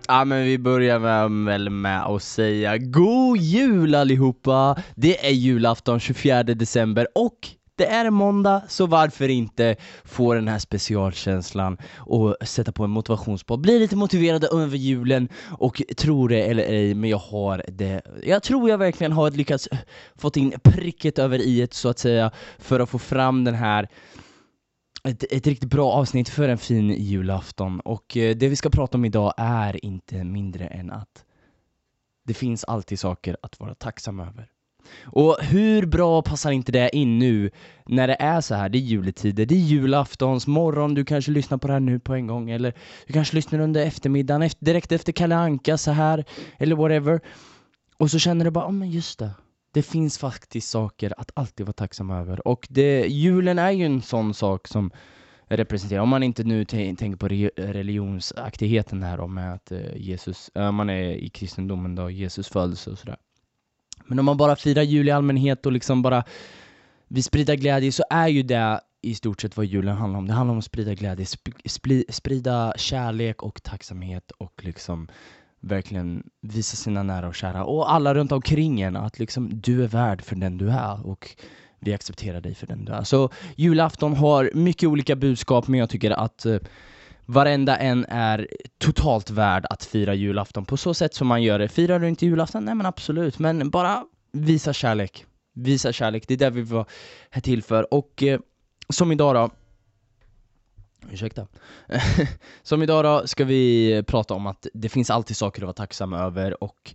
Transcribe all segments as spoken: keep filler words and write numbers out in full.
Ja, men vi börjar med, väl med att säga god jul allihopa. Det är julafton tjugofjärde december och det är en måndag, så varför inte få den här specialkänslan och sätta på en motivationspodd. Bli lite motiverade över julen och tro det eller ej, men jag har det. Jag tror jag verkligen har lyckats fått in pricket över i ett så att säga för att få fram den här Ett, ett riktigt bra avsnitt för en fin julafton. Och eh, det vi ska prata om idag är inte mindre än att det finns alltid saker att vara tacksam över. Och hur bra passar inte det in nu när det är så här, det är juletider, det är julaftons morgon, du kanske lyssnar på det här nu på en gång, eller du kanske lyssnar under eftermiddagen, efter, direkt efter Kalle Anka så här, eller whatever. Och så känner du bara, ja men just det. Det finns faktiskt saker att alltid vara tacksam över. Och det, julen är ju en sån sak som representerar, om man inte nu t- tänker på re- religionsaktigheten här om att uh, Jesus, uh, man är i kristendomen då, Jesus födelse och sådär. Men om man bara firar jul i allmänhet och liksom bara vill sprida glädje, så är ju det i stort sett vad julen handlar om. Det handlar om att sprida glädje, sp- sp- sprida kärlek och tacksamhet och liksom verkligen visa sina nära och kära och alla runt omkring en att liksom du är värd för den du är och vi accepterar dig för den du är. Så julafton har mycket olika budskap, men jag tycker att uh, varenda en är totalt värd att fira julafton på så sätt som man gör det. Firar du inte julafton? Nej men absolut, men bara visa kärlek. Visa kärlek, det är det vi var här till för. Och uh, som idag då Ursäkta. Som idag då ska vi prata om att det finns alltid saker att vara tacksam över, och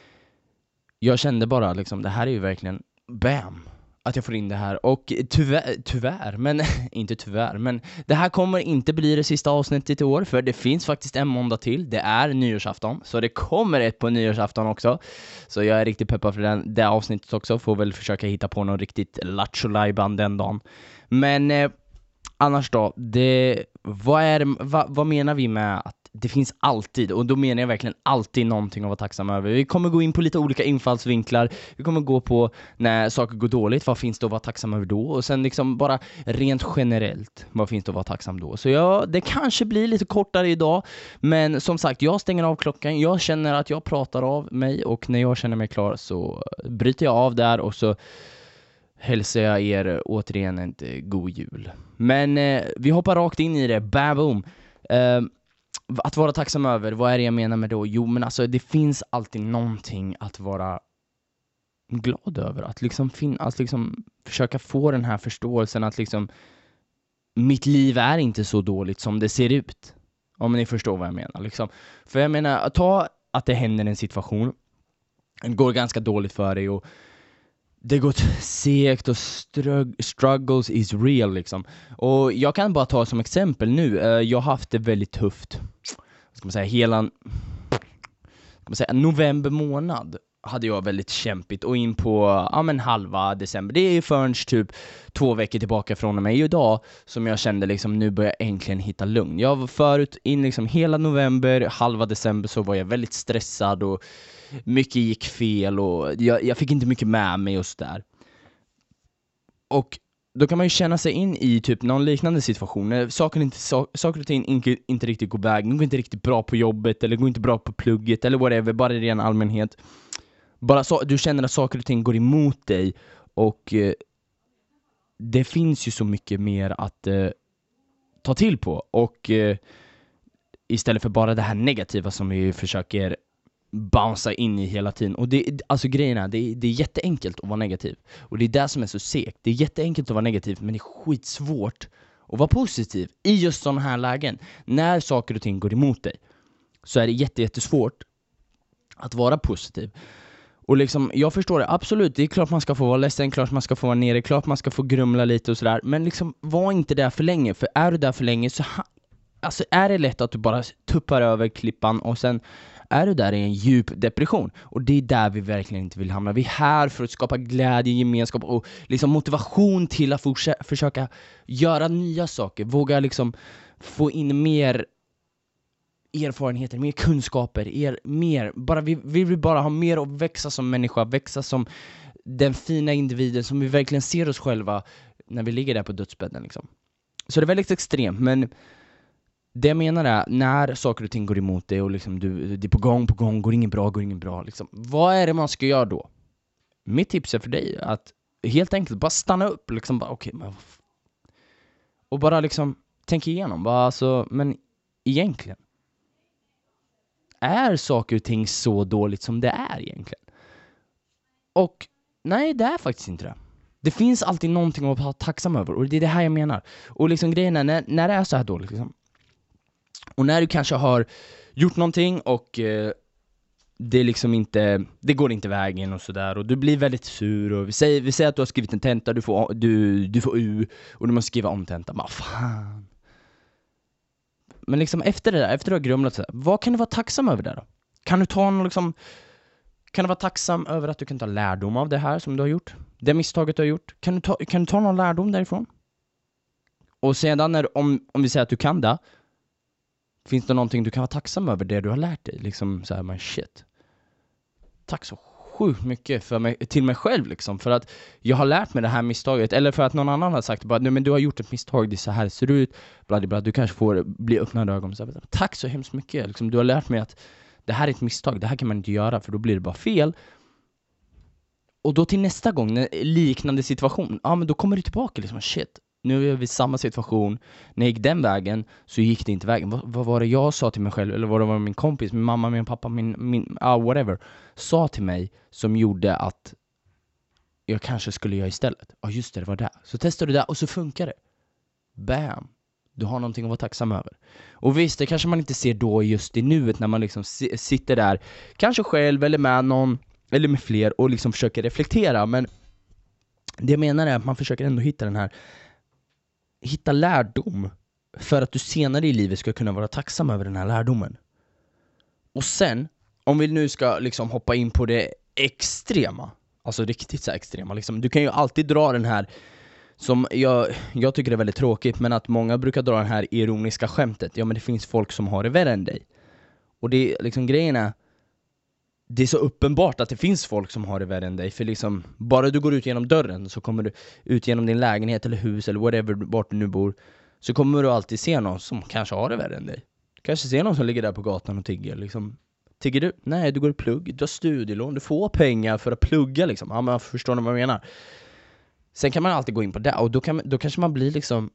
jag kände bara liksom, det här är ju verkligen bam, att jag får in det här. Och tyvärr, tyvärr men inte tyvärr, men det här kommer inte bli det sista avsnittet i år, för det finns faktiskt en måndag till. Det är nyårsafton, så det kommer ett på nyårsafton också. Så jag är riktigt peppad för den, det avsnittet också. Får väl försöka hitta på någon riktigt lattjo-lajban den dagen. Men eh, annars då, det, vad, är, vad, vad menar vi med att det finns alltid, och då menar jag verkligen alltid någonting att vara tacksam över. Vi kommer gå in på lite olika infallsvinklar. Vi kommer gå på när saker går dåligt, vad finns det att vara tacksam över då? Och sen liksom bara rent generellt, vad finns det att vara tacksam då? Så ja, det kanske blir lite kortare idag, men som sagt, jag stänger av klockan. Jag känner att jag pratar av mig, och när jag känner mig klar så bryter jag av där, och så hälsar jag er återigen en god jul. Men eh, vi hoppar rakt in i det. Baboom. Eh, att vara tacksam över, vad är det jag menar med då? Jo, men alltså det finns alltid någonting att vara glad över. Att liksom, fin- att liksom försöka få den här förståelsen att liksom mitt liv är inte så dåligt som det ser ut. Om ni förstår vad jag menar. Liksom. För jag menar, ta att det händer en situation. Det går ganska dåligt för dig och det går segt och strugg- struggles is real liksom. Och jag kan bara ta som exempel nu. Uh, jag har haft det väldigt tufft. Ska man säga hela ska man säga, november månad hade jag väldigt kämpigt, och in på ja, men halva december. Det är ju förrän typ två veckor tillbaka från mig idag som jag kände liksom nu börjar jag äntligen hitta lugn. Jag var förut in liksom hela november, halva december så var jag väldigt stressad och mycket gick fel, och jag, jag fick inte mycket med mig just där. Och då kan man ju känna sig in i typ någon liknande situation. När saker, inte, so- saker och ting inte, inte riktigt går vägen, går inte riktigt bra på jobbet, eller går inte bra på plugget, eller whatever, bara i ren allmänhet. Bara så, du känner att saker och ting går emot dig, och eh, det finns ju så mycket mer att eh, ta till på. Och eh, istället för bara det här negativa som vi försöker bouncea in i hela tiden. Och det, alltså grejen är, det, det är jätteenkelt att vara negativ. Och det är det som är så segt. Det är jätteenkelt att vara negativ, men det är skitsvårt att vara positiv i just sådana här lägen. När saker och ting går emot dig så är det jätte, jättesvårt att vara positiv. Och liksom, jag förstår det, absolut, det är klart man ska få vara ledsen, klart man ska få vara nere, klart man ska få grumla lite och sådär. Men liksom, var inte där för länge, för är du där för länge så ha, alltså är det lätt att du bara tuppar över klippan, och sen är du där i en djup depression. Och det är där vi verkligen inte vill hamna. Vi är här för att skapa glädje, gemenskap och liksom motivation till att fortsätta, försöka göra nya saker. Våga liksom få in mer erfarenheter, mer kunskaper, er, mer. Bara, vi, vi vill bara ha mer och växa som människa, växa som den fina individen som vi verkligen ser oss själva när vi ligger där på dödsbädden. Liksom. Så det är väldigt extremt, men det jag menar är, när saker och ting går emot dig och liksom du, det är på gång, på gång, går ingen bra, går ingen bra. Liksom. Vad är det man ska göra då? Mitt tips är för dig att helt enkelt bara stanna upp. Liksom bara, okay, men, och bara liksom tänka igenom. Bara, alltså, men egentligen, är saker och ting så dåligt som det är egentligen? Och nej, det är faktiskt inte det. Det finns alltid någonting att vara tacksam över. Och det är det här jag menar. Och liksom grejen är, när, när det är så här dåligt liksom, och när du kanske har gjort någonting och eh, det liksom inte, det går inte vägen och sådär, och du blir väldigt sur, och vi säger, vi säger att du har skrivit en tenta, du får, du, du får U och du måste skriva om tenta. Bara fan. Men liksom efter det där, efter du har grumlat så där, vad kan du vara tacksam över där då? Kan du ta någon liksom, kan du vara tacksam över att du kan ta lärdom av det här som du har gjort? Det misstaget du har gjort? Kan du ta, kan du ta någon lärdom därifrån? Och sedan när, om, om vi säger att du kan det, finns det någonting du kan vara tacksam över det du har lärt dig? Liksom så här, men shit. Tack så sjukt mycket för mig, till mig själv liksom, för att jag har lärt mig det här misstaget, eller för att någon annan har sagt bara, nej men du har gjort ett misstag, det är så här det ser ut, bla bla, du kanske får bli öppnade ögon. Så här, tack så hemskt mycket, liksom, du har lärt mig att det här är ett misstag, det här kan man inte göra för då blir det bara fel. Och då till nästa gång, när liknande situation, ja men då kommer du tillbaka liksom, shit, nu är vi i samma situation. När jag gick den vägen så gick det inte vägen. Vad, vad var det jag sa till mig själv, eller vad det var min kompis, min mamma, min pappa, min, min ah, whatever, sa till mig som gjorde att jag kanske skulle göra istället? Ja just det, det var det. Så testar du det och så funkar det. Bam! Du har någonting att vara tacksam över. Och visst, det kanske man inte ser då just i nuet när man liksom s- sitter där, kanske själv eller med någon, eller med fler, och liksom försöker reflektera. Men det jag menar är att man försöker ändå hitta den här, hitta lärdom för att du senare i livet ska kunna vara tacksam över den här lärdomen. Och sen, om vi nu ska liksom hoppa in på det extrema, alltså riktigt så extrema liksom, du kan ju alltid dra den här som jag, jag tycker är väldigt tråkigt, men att många brukar dra den här ironiska skämtet. Ja men det finns folk som har det värre än dig. Och det är liksom grejen är, det är så uppenbart att det finns folk som har det värre än dig. För liksom, bara du går ut genom dörren, så kommer du ut genom din lägenhet eller hus eller whatever, vart du nu bor, så kommer du alltid se någon som kanske har det värre än dig. Kanske se någon som ligger där på gatan och tigger liksom. Tigger du? Nej, du går i plugg, du har studielån, du får pengar för att plugga liksom. Ja, men förstår ni vad jag menar? Sen kan man alltid gå in på det, och då, kan, då kanske man blir liksom,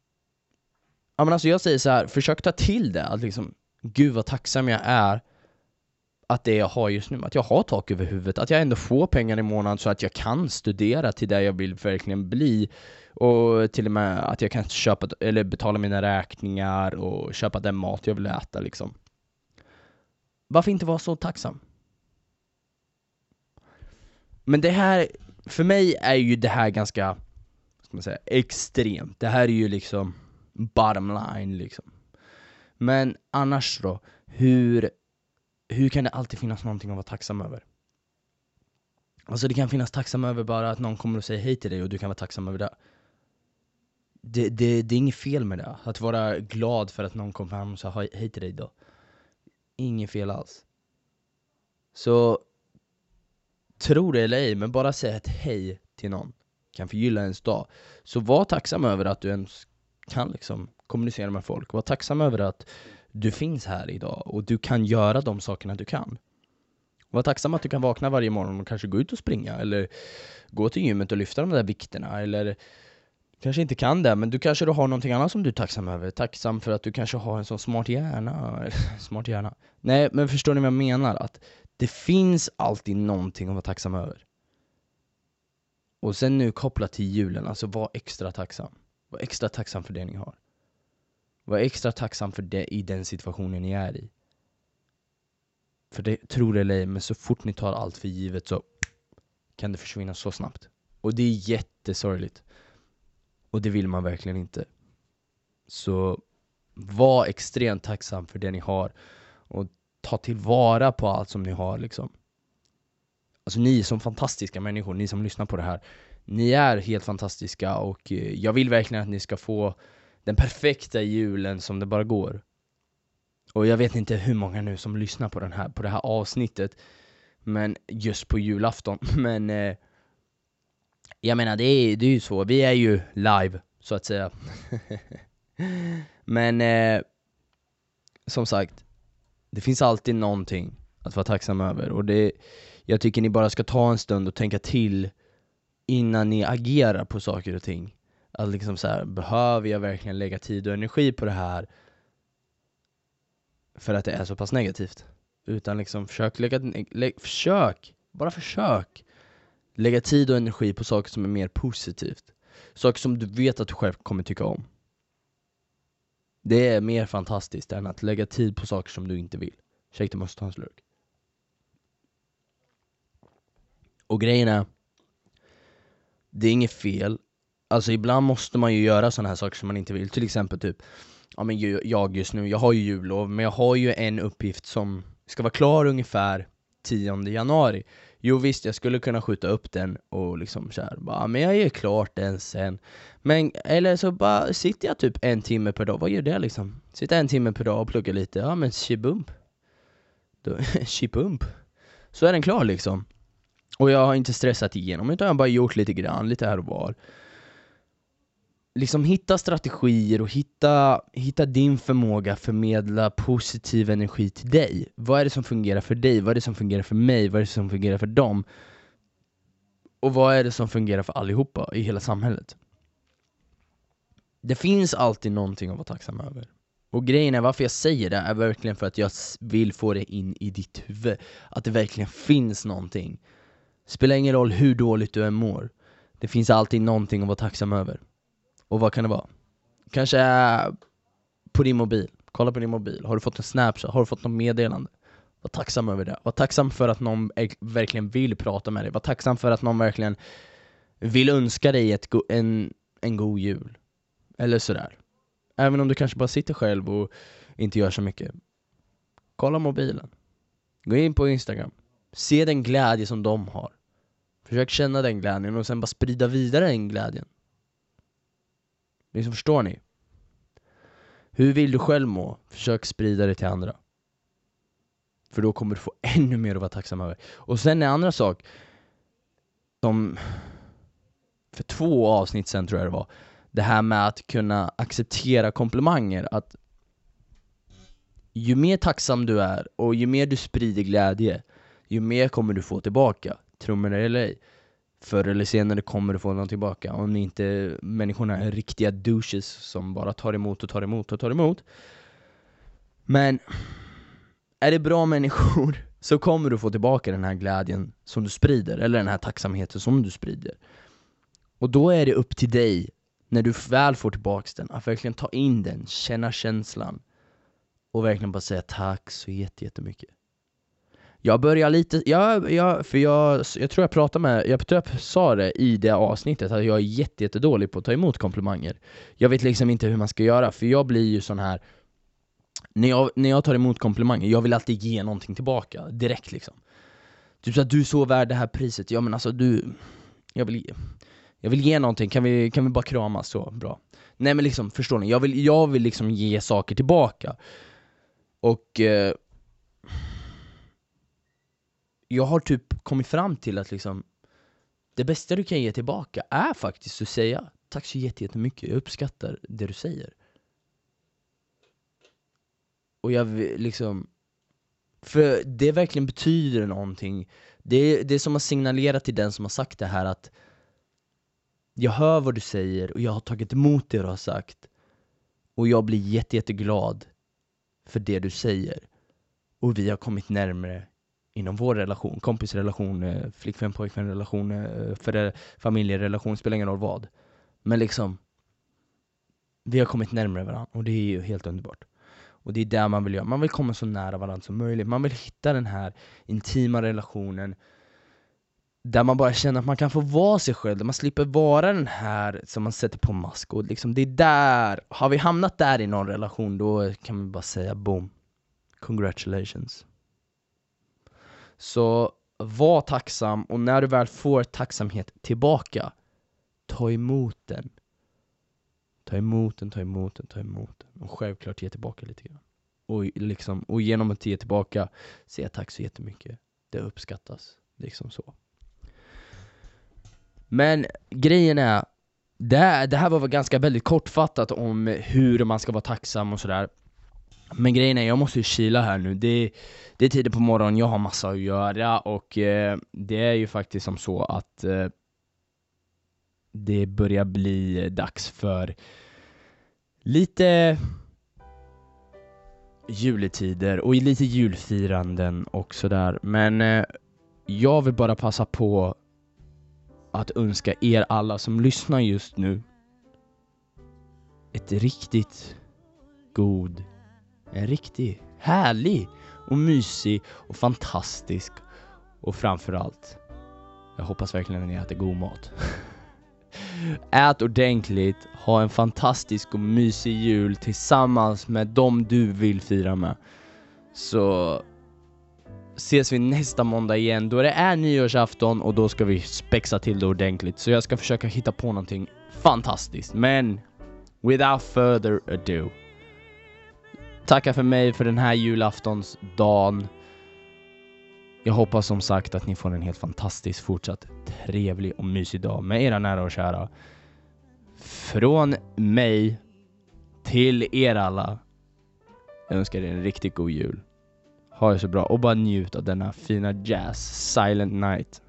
ja men alltså jag säger så här, försök ta till det, att liksom, gud vad tacksam jag är att det jag har just nu, att jag har tak över huvudet, att jag ändå får pengar i månaden så att jag kan studera till det jag vill verkligen bli, och till och med att jag kan köpa eller betala mina räkningar och köpa den mat jag vill äta liksom. Varför inte vara så tacksam? Men det här, för mig är ju det här ganska, vad ska man säga, extremt. Det här är ju liksom bottom line liksom. Men annars då, hur hur kan det alltid finnas någonting att vara tacksam över? Alltså det kan finnas tacksam över bara att någon kommer och säger hej till dig, och du kan vara tacksam över det. Det, det, det är inget fel med det. Att vara glad för att någon kommer fram och säger hej till dig då. Inget fel alls. Så tro det eller ej, men bara säga ett hej till någon kan förgylla ens dag. Så var tacksam över att du ens kan liksom kommunicera med folk. Var tacksam över att du finns här idag och du kan göra de sakerna du kan. Var tacksam att du kan vakna varje morgon och kanske gå ut och springa, eller gå till gymmet och lyfta de där vikterna, eller kanske inte kan det, men du kanske då har någonting annat som du är tacksam över. Tacksam för att du kanske har en sån smart hjärna. smart hjärna. Nej, men förstår ni vad jag menar? Att det finns alltid någonting att vara tacksam över. Och sen nu kopplat till julen, alltså var extra tacksam. Var extra tacksam för det ni har. Var extra tacksam för det i den situationen ni är i. För det, tror det eller ej, men så fort ni tar allt för givet så kan det försvinna så snabbt. Och det är jättesorgligt. Och det vill man verkligen inte. Så var extremt tacksam för det ni har. Och ta tillvara på allt som ni har liksom. Alltså ni som fantastiska människor, ni som lyssnar på det här. Ni är helt fantastiska, och jag vill verkligen att ni ska få den perfekta julen som det bara går. Och jag vet inte hur många nu som lyssnar på, den här, på det här avsnittet, men just på julafton. Men eh, jag menar, det är, det är ju så. Vi är ju live, så att säga. Men eh, som sagt, det finns alltid någonting att vara tacksam över. Och det, jag tycker ni bara ska ta en stund och tänka till innan ni agerar på saker och ting. Att liksom så här, behöver jag verkligen lägga tid och energi på det här för att det är så pass negativt? Utan liksom försök lägga, lä, försök, bara försök lägga tid och energi på saker som är mer positivt. Saker som du vet att du själv kommer tycka om. Det är mer fantastiskt än att lägga tid på saker som du inte vill. Ursäkta, måste ta en slurk. Och grejen är, det är inget fel. Alltså ibland måste man ju göra sådana här saker som man inte vill. Till exempel typ, ja men jag just nu, jag har ju jullov, men jag har ju en uppgift som ska vara klar ungefär tionde januari. Jo visst, jag skulle kunna skjuta upp den och liksom så här, bara, men jag är klart den sen. Men, eller så bara sitter jag typ en timme per dag. Vad gör det liksom? Sitter en timme per dag och pluggar lite. Ja men shibump. Shibump. Så är den klar liksom. Och jag har inte stressat igenom, utan jag har bara gjort lite grann, lite här och var. Liksom hitta strategier och hitta, hitta din förmåga att förmedla positiv energi till dig. Vad är det som fungerar för dig? Vad är det som fungerar för mig? Vad är det som fungerar för dem? Och vad är det som fungerar för allihopa i hela samhället? Det finns alltid någonting att vara tacksam över. Och grejen är, varför jag säger det är verkligen för att jag vill få det in i ditt huvud. Att det verkligen finns någonting. Spelar ingen roll hur dåligt du än mår. Det finns alltid någonting att vara tacksam över. Och vad kan det vara? Kanske på din mobil. Kolla på din mobil. Har du fått en Snapchat? Har du fått något meddelande? Var tacksam över det. Var tacksam för att någon verkligen vill prata med dig. Var tacksam för att någon verkligen vill önska dig ett go- en, en god jul. Eller sådär. Även om du kanske bara sitter själv och inte gör så mycket. Kolla mobilen. Gå in på Instagram. Se den glädje som de har. Försök känna den glädjen och sen bara sprida vidare den glädjen. Liksom, förstår ni? Hur vill du själv må? Försök sprida det till andra. För då kommer du få ännu mer att vara tacksam över. Och sen en andra sak som för två avsnitt sen tror jag det var. Det här med att kunna acceptera komplimanger. Att ju mer tacksam du är och ju mer du sprider glädje, ju mer kommer du få tillbaka. Tro mig eller ej. Förr eller senare kommer du få något tillbaka. Om inte människorna är riktiga douches som bara tar emot och tar emot och tar emot. Men är det bra människor så kommer du få tillbaka den här glädjen som du sprider. Eller den här tacksamheten som du sprider. Och då är det upp till dig, när du väl får tillbaka den, att verkligen ta in den, känna känslan. Och verkligen bara säga tack så jättemycket. Jag börjar lite, jag, jag, för jag, jag tror jag pratade med, jag tror jag sa det i det avsnittet att jag är jätte, jätte dålig på att ta emot komplimanger. Jag vet liksom inte hur man ska göra, för jag blir ju sån här, när jag, när jag tar emot komplimanger, jag vill alltid ge någonting tillbaka, direkt liksom. Typ så att du är så värd det här priset, ja men alltså du, jag vill ge, jag vill ge någonting, kan vi, kan vi bara kramas så, bra. Nej men liksom, förstår ni, jag vill, jag vill liksom ge saker tillbaka. Och eh, jag har typ kommit fram till att liksom det bästa du kan ge tillbaka är faktiskt att säga tack så jättemycket, jag uppskattar det du säger. Och jag liksom, för det verkligen betyder någonting. Det, det är som att signalera till den som har sagt det här att jag hör vad du säger och jag har tagit emot det du har sagt. Och jag blir jätte, jätteglad för det du säger. Och vi har kommit närmare inom vår relation, kompisrelation, flickvän, pojkvänrelation, för familjerelation, spelar ingen roll vad. Men liksom, vi har kommit närmare varandra och det är ju helt underbart. Och det är där man vill göra. Man vill komma så nära varandra som möjligt. Man vill hitta den här intima relationen där man bara känner att man kan få vara sig själv. Där man slipper vara den här som man sätter på mask. Och liksom det är där, har vi hamnat där i någon relation, då kan man bara säga boom. Congratulations. Så var tacksam, och när du väl får tacksamhet tillbaka, ta emot den. Ta emot den, ta emot den, ta emot den. Och självklart ge tillbaka lite grann. Och, liksom, och genom att ge tillbaka, säga tack så jättemycket. Det uppskattas. Liksom så. Men grejen är, det här, det här var ganska väldigt kortfattat om hur man ska vara tacksam och sådär. Men grejen är, jag måste ju kila här nu. Det, det är tidigt på morgonen, jag har massa att göra. Och eh, det är ju faktiskt som så att eh, det börjar bli dags för lite juletider och lite julfiranden och sådär. Men eh, jag vill bara passa på att önska er alla som lyssnar just nu ett riktigt god, en riktigt härlig och mysig och fantastisk, och framförallt, jag hoppas verkligen att ni äter god mat. Ät ordentligt, ha en fantastisk och mysig jul tillsammans med dem du vill fira med. Så ses vi nästa måndag igen, då det är nyårsafton, och då ska vi spexa till det ordentligt. Så jag ska försöka hitta på någonting fantastiskt. Men without further ado, tacka för mig för den här julaftonsdagen. Jag hoppas som sagt att ni får en helt fantastisk, fortsatt trevlig och mysig dag med era nära och kära. Från mig till er alla, jag önskar er en riktigt god jul. Ha det så bra och bara njut av denna fina jazz Silent Night.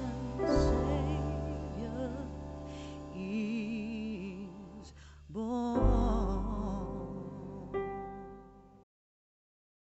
Born.